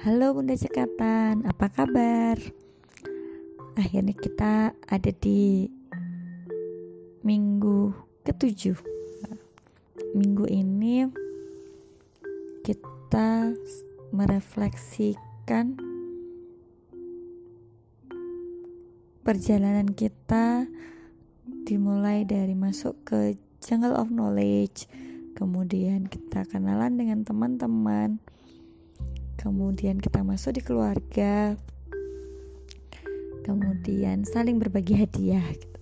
Halo Bunda Cekatan, apa kabar? Akhirnya kita ada di minggu ke-7. Minggu ini kita merefleksikan perjalanan kita dimulai dari masuk ke Jungle of Knowledge, kemudian kita kenalan dengan teman-teman, kemudian kita masuk di keluarga, kemudian saling berbagi hadiah gitu.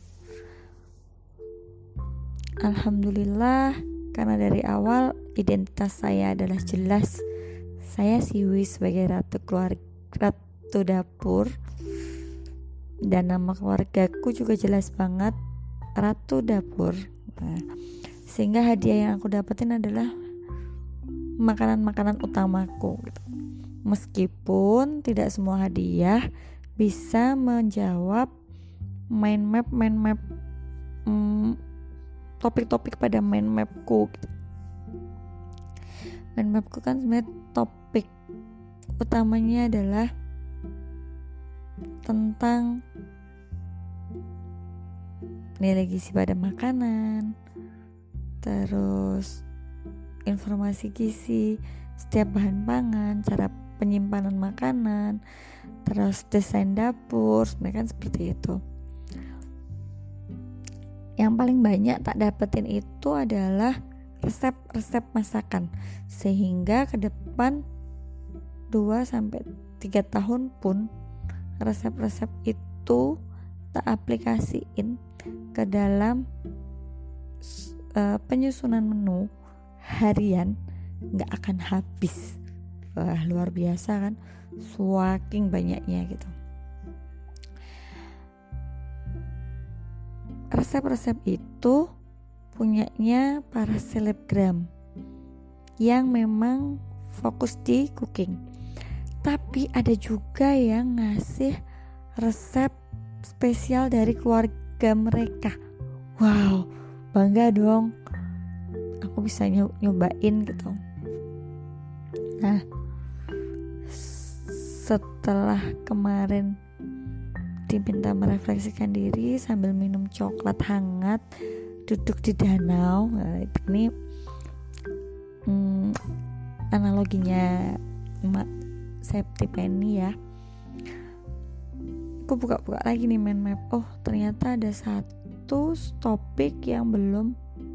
Alhamdulillah, karena dari awal identitas saya adalah jelas. Saya Siwi sebagai ratu keluarga, ratu dapur, dan nama keluargaku juga jelas banget, Ratu Dapur. Nah, sehingga hadiah yang aku dapetin adalah makanan-makanan utamaku gitu. Meskipun tidak semua hadiah bisa menjawab mind map topik-topik pada mind mapku gitu. Mind mapku kan sebenarnya topik utamanya adalah tentang nilai gizi pada makanan, terus informasi gizi setiap bahan pangan, cara penyimpanan makanan, terus desain dapur, sebenarnya kan seperti itu. Yang paling banyak tak dapetin itu adalah resep-resep masakan, sehingga ke depan 2-3 tahun pun resep-resep itu tak aplikasiin ke dalam penyusunan menu harian, nggak akan habis. Wah, luar biasa kan, saking banyaknya gitu. Resep-resep itu punyanya para selebgram yang memang fokus di cooking. Tapi ada juga yang ngasih resep spesial dari keluarga mereka. Wow, bangga dong, aku bisa nyobain gitu. Nah, setelah kemarin diminta merefleksikan diri sambil minum coklat hangat, duduk di danau. Nah, ini analoginya Mak Septi Penny ya. Aku buka-buka lagi nih mind map. Oh, ternyata ada satu topik yang belum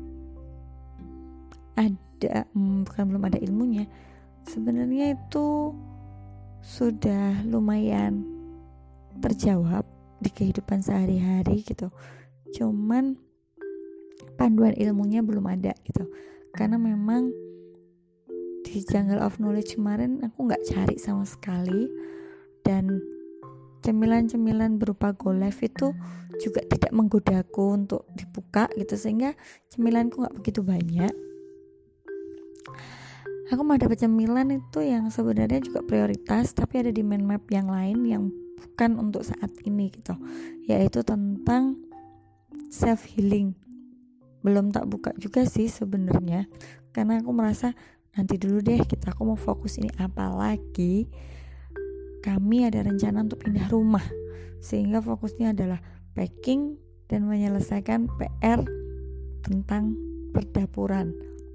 ada, bukan belum ada ilmunya. Sebenarnya itu sudah lumayan terjawab di kehidupan sehari-hari gitu. Cuman panduan ilmunya belum ada gitu. Karena memang di Jungle of Knowledge kemarin aku gak cari sama sekali, dan cemilan-cemilan berupa GoLive itu juga tidak menggodaku untuk dibuka gitu, sehingga cemilanku gak begitu banyak. Aku mau dapat cemilan itu yang sebenarnya juga prioritas, tapi ada di mind map yang lain yang bukan untuk saat ini gitu, yaitu tentang self healing. Belum tak buka juga sih sebenarnya, karena aku merasa nanti dulu deh kita, aku mau fokus ini. Apalagi kami ada rencana untuk pindah rumah, sehingga fokusnya adalah packing dan menyelesaikan PR tentang perdapuran.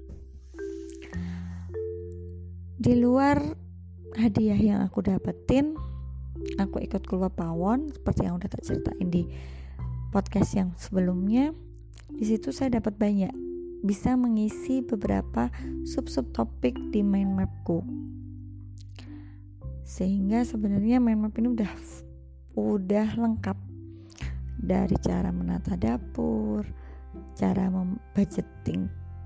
Di luar hadiah yang aku dapetin, aku ikut keluar pawon seperti yang udah tak ceritain di podcast yang sebelumnya. Di situ saya dapat banyak, bisa mengisi beberapa sub topik di mind mapku, sehingga sebenarnya mind map ini udah lengkap, dari cara menata dapur, cara membudgeting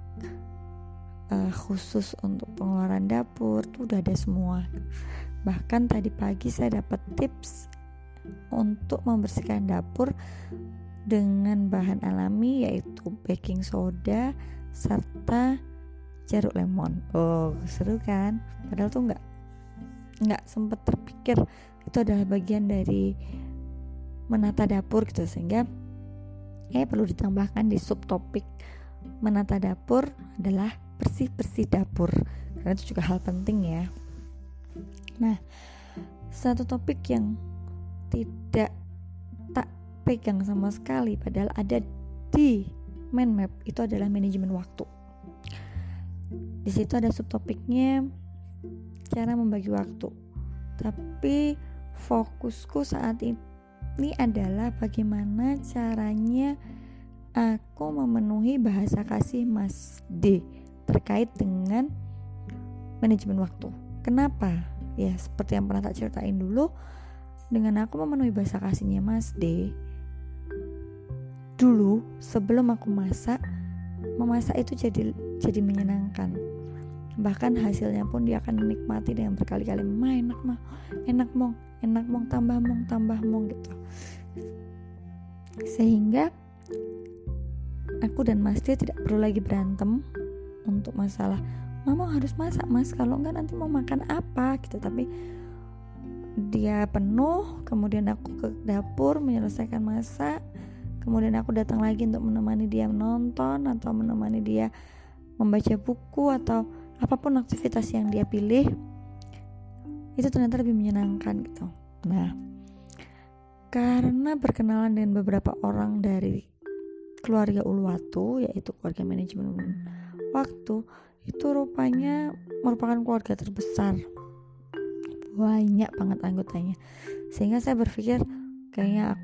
khusus untuk pengeluaran dapur, tuh udah ada semua. Bahkan tadi pagi saya dapat tips untuk membersihkan dapur dengan bahan alami, yaitu baking soda serta jeruk lemon. Oh, seru kan? Padahal tuh nggak sempat terpikir itu adalah bagian dari menata dapur gitu, sehingga perlu ditambahkan di subtopik menata dapur adalah bersih-bersih dapur, karena itu juga hal penting ya. Nah, satu topik yang tidak tak pegang sama sekali padahal ada di mind map itu adalah manajemen waktu. Di situ ada subtopiknya cara membagi waktu. Tapi fokusku saat ini adalah bagaimana caranya aku memenuhi bahasa kasih Mas D terkait dengan manajemen waktu. Kenapa? Ya seperti yang pernah tak ceritain dulu, dengan aku memenuhi bahasa kasihnya Mas D, dulu sebelum aku memasak itu jadi menyenangkan. Bahkan hasilnya pun dia akan menikmati dengan berkali-kali, enak mong, tambah mong gitu. Sehingga aku dan Mas D tidak perlu lagi berantem untuk masalah Mama harus masak Mas, kalau enggak nanti mau makan apa gitu. Tapi dia penuh, kemudian aku ke dapur menyelesaikan masak, kemudian aku datang lagi untuk menemani dia menonton atau menemani dia membaca buku atau apapun aktivitas yang dia pilih. Itu ternyata lebih menyenangkan gitu. Nah, karena berkenalan dengan beberapa orang dari keluarga Uluwatu, yaitu keluarga manajemen waktu, itu rupanya merupakan keluarga terbesar, banyak banget anggotanya. Sehingga saya berpikir kayaknya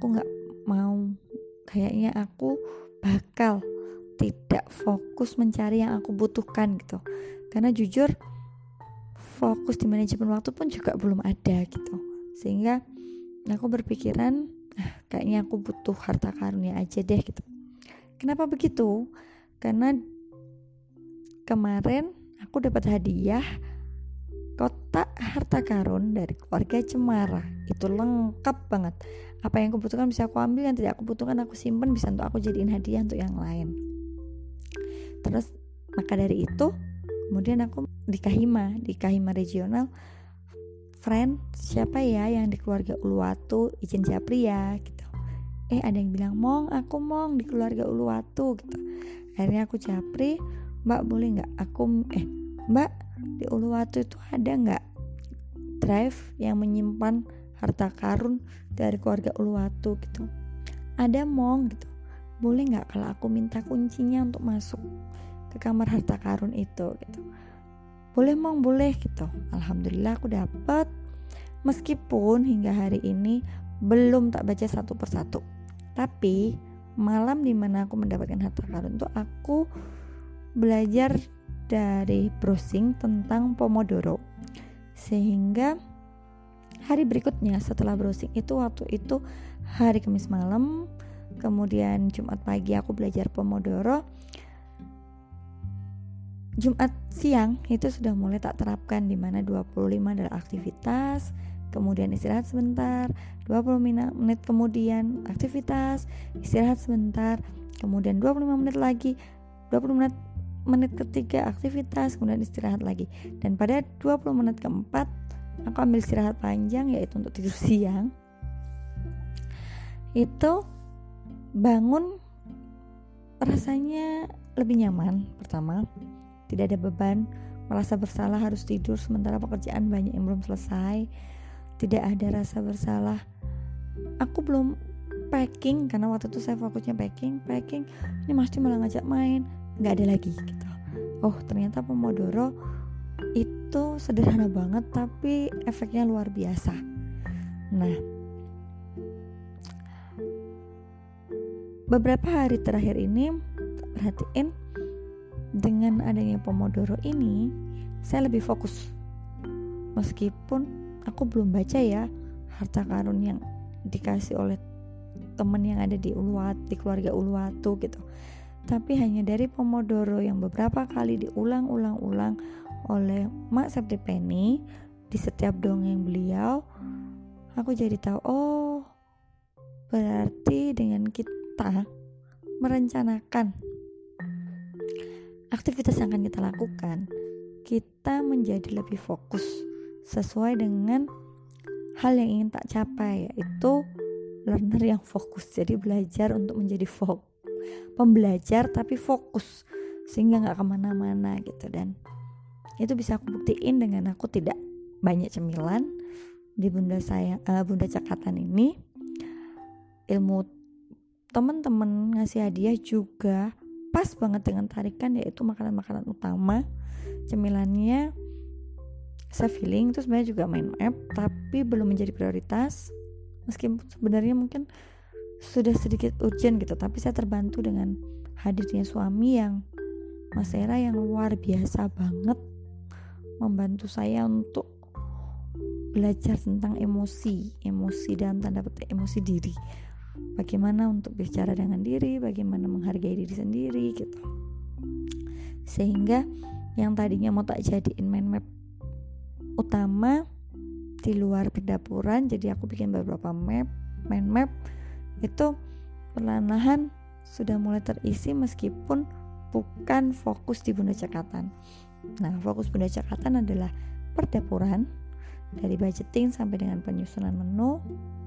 aku bakal tidak fokus mencari yang aku butuhkan gitu. Karena jujur fokus di manajemen waktu pun juga belum ada gitu. Sehingga aku berpikiran kayaknya aku butuh harta karunnya aja deh gitu. Kenapa begitu? Karena kemarin aku dapat hadiah kotak harta karun dari keluarga Cemara. Itu lengkap banget. Apa yang aku butuhkan bisa aku ambil, yang tidak aku butuhkan aku simpen, bisa untuk aku jadiin hadiah untuk yang lain. Terus maka dari itu kemudian aku di Kahima regional, friend siapa ya yang di keluarga Uluwatu, izin japri ya gitu. Ada yang bilang aku di keluarga Uluwatu gitu. Akhirnya aku japri, Mbak boleh nggak Mbak di Uluwatu itu ada nggak drive yang menyimpan harta karun dari keluarga Uluwatu gitu? Ada gitu. Boleh nggak kalau aku minta kuncinya untuk masuk ke kamar harta karun itu gitu? Boleh gitu. Alhamdulillah aku dapat, meskipun hingga hari ini belum tak baca satu persatu. Tapi malam dimana aku mendapatkan harta karun itu aku belajar dari browsing tentang Pomodoro. Sehingga hari berikutnya setelah browsing itu, waktu itu hari Kamis malam, kemudian Jumat pagi aku belajar Pomodoro. Jumat siang itu sudah mulai tak terapkan, di mana 25 adalah aktivitas, kemudian istirahat sebentar, 20 menit kemudian aktivitas, istirahat sebentar, kemudian 25 menit lagi, 20 menit ketiga aktivitas, kemudian istirahat lagi. Dan pada 20 menit keempat aku ambil istirahat panjang, yaitu untuk tidur siang. Itu bangun rasanya lebih nyaman. Pertama, tidak ada beban merasa bersalah harus tidur sementara pekerjaan banyak yang belum selesai. Tidak ada rasa bersalah aku belum packing, karena waktu itu saya fokusnya packing. Ini Mas Di malah ngajak main, nggak ada lagi gitu. Oh ternyata Pomodoro itu sederhana banget tapi efeknya luar biasa. Nah, beberapa hari terakhir ini perhatiin, dengan adanya Pomodoro ini saya lebih fokus. Meskipun aku belum baca ya harta karun yang dikasih oleh teman yang ada di keluarga Uluwatu gitu, tapi hanya dari Pomodoro yang beberapa kali diulang-ulang oleh Mak Septi Penny di setiap dongeng beliau, aku jadi tahu, oh berarti dengan kita merencanakan aktivitas yang akan kita lakukan, kita menjadi lebih fokus sesuai dengan hal yang ingin tak capai, yaitu learner yang fokus. Jadi belajar untuk menjadi pembelajar tapi fokus, sehingga gak kemana-mana gitu. Dan itu bisa aku buktiin dengan aku tidak banyak cemilan di Bunda Cekatan ini. Ilmu teman-teman ngasih hadiah juga pas banget dengan tarikan, yaitu makanan-makanan utama. Cemilannya saya feeling itu sebenarnya juga mind map, tapi belum menjadi prioritas, meskipun sebenarnya mungkin sudah sedikit urgent gitu. Tapi saya terbantu dengan hadirnya suami yang Mas Era yang luar biasa banget, membantu saya untuk belajar tentang emosi dalam tanda petik emosi diri, bagaimana untuk bicara dengan diri, bagaimana menghargai diri sendiri gitu. Sehingga yang tadinya mau tak jadiin mind map utama di luar perdapuran, jadi aku bikin beberapa mind map itu perlahan-lahan sudah mulai terisi, meskipun bukan fokus di Bunda Cekatan. Nah, fokus Bunda Cekatan adalah perdapuran, dari budgeting sampai dengan penyusunan menu.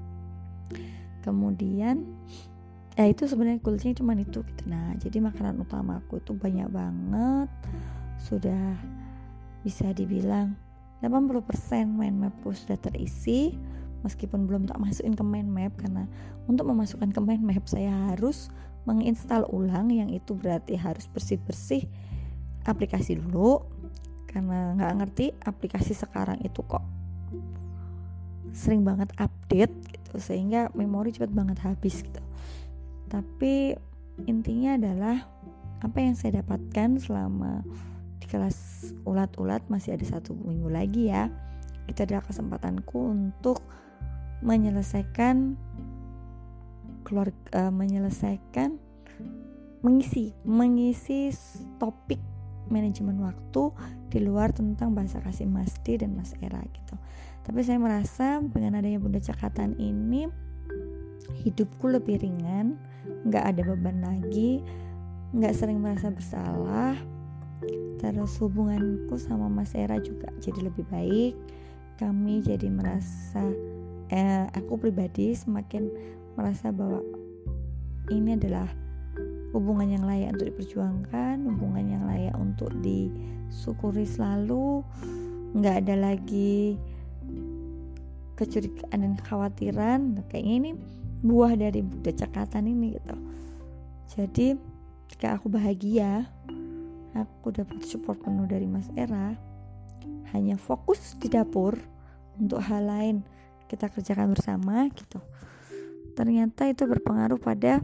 Kemudian itu sebenarnya goalsnya cuma itu gitu. Nah, jadi makanan utama aku itu banyak banget, sudah bisa dibilang 80% mind mapku sudah terisi, meskipun belum tak masukin ke mind map, karena untuk memasukkan ke mind map saya harus menginstal ulang, yang itu berarti harus bersih-bersih aplikasi dulu, karena nggak ngerti aplikasi sekarang itu kok sering banget update gitu, sehingga memori cepat banget habis gitu. Tapi intinya adalah apa yang saya dapatkan selama di kelas ulat-ulat, masih ada 1 minggu lagi ya, itu adalah kesempatanku untuk menyelesaikan mengisi topik manajemen waktu di luar tentang bahasa kasih Mas D dan Mas Era gitu. Tapi saya merasa dengan adanya Bunda Cekatan ini, hidupku lebih ringan, nggak ada beban lagi, nggak sering merasa bersalah. Terus hubunganku sama Mas Era juga jadi lebih baik. Kami jadi merasa aku pribadi semakin merasa bahwa ini adalah hubungan yang layak untuk diperjuangkan, hubungan yang layak untuk disyukuri selalu. Nggak ada lagi kecurigaan dan kekhawatiran. Kayaknya ini buah dari Bunda Cekatan ini gitu. Jadi ketika aku bahagia, aku dapat support penuh dari Mas Era, hanya fokus di dapur, untuk hal lain kita kerjakan bersama gitu. Ternyata itu berpengaruh pada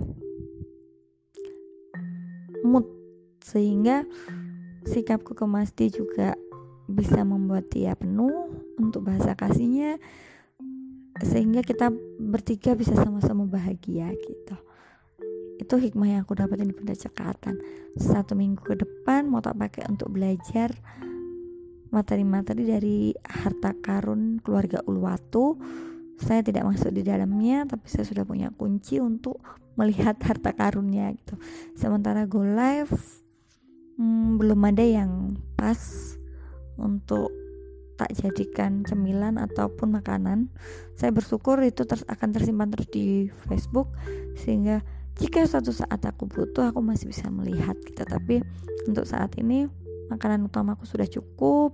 mood, sehingga sikapku ke Mas D juga bisa membuat dia penuh untuk bahasa kasihnya, sehingga kita bertiga bisa sama-sama bahagia gitu. Itu hikmah yang aku dapatin di Bunda Cekatan. 1 minggu ke depan mau tak pakai untuk belajar materi-materi dari harta karun keluarga Uluwatu. Saya tidak masuk di dalamnya, tapi saya sudah punya kunci untuk melihat harta karunnya gitu. Sementara go live belum ada yang pas untuk tak jadikan cemilan ataupun makanan. Saya bersyukur itu akan tersimpan terus di Facebook, sehingga jika suatu saat aku butuh, aku masih bisa melihat gitu. Tapi untuk saat ini makanan utamaku sudah cukup,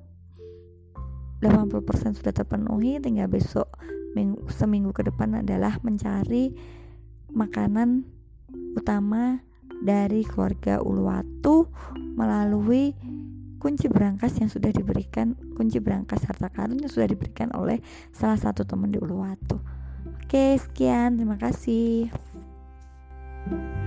80% sudah terpenuhi. Tinggal besok seminggu ke depan adalah mencari makanan utama dari keluarga Uluwatu melalui kunci berangkas harta karun yang sudah diberikan oleh salah satu teman di Uluwatu. Oke, sekian, terima kasih.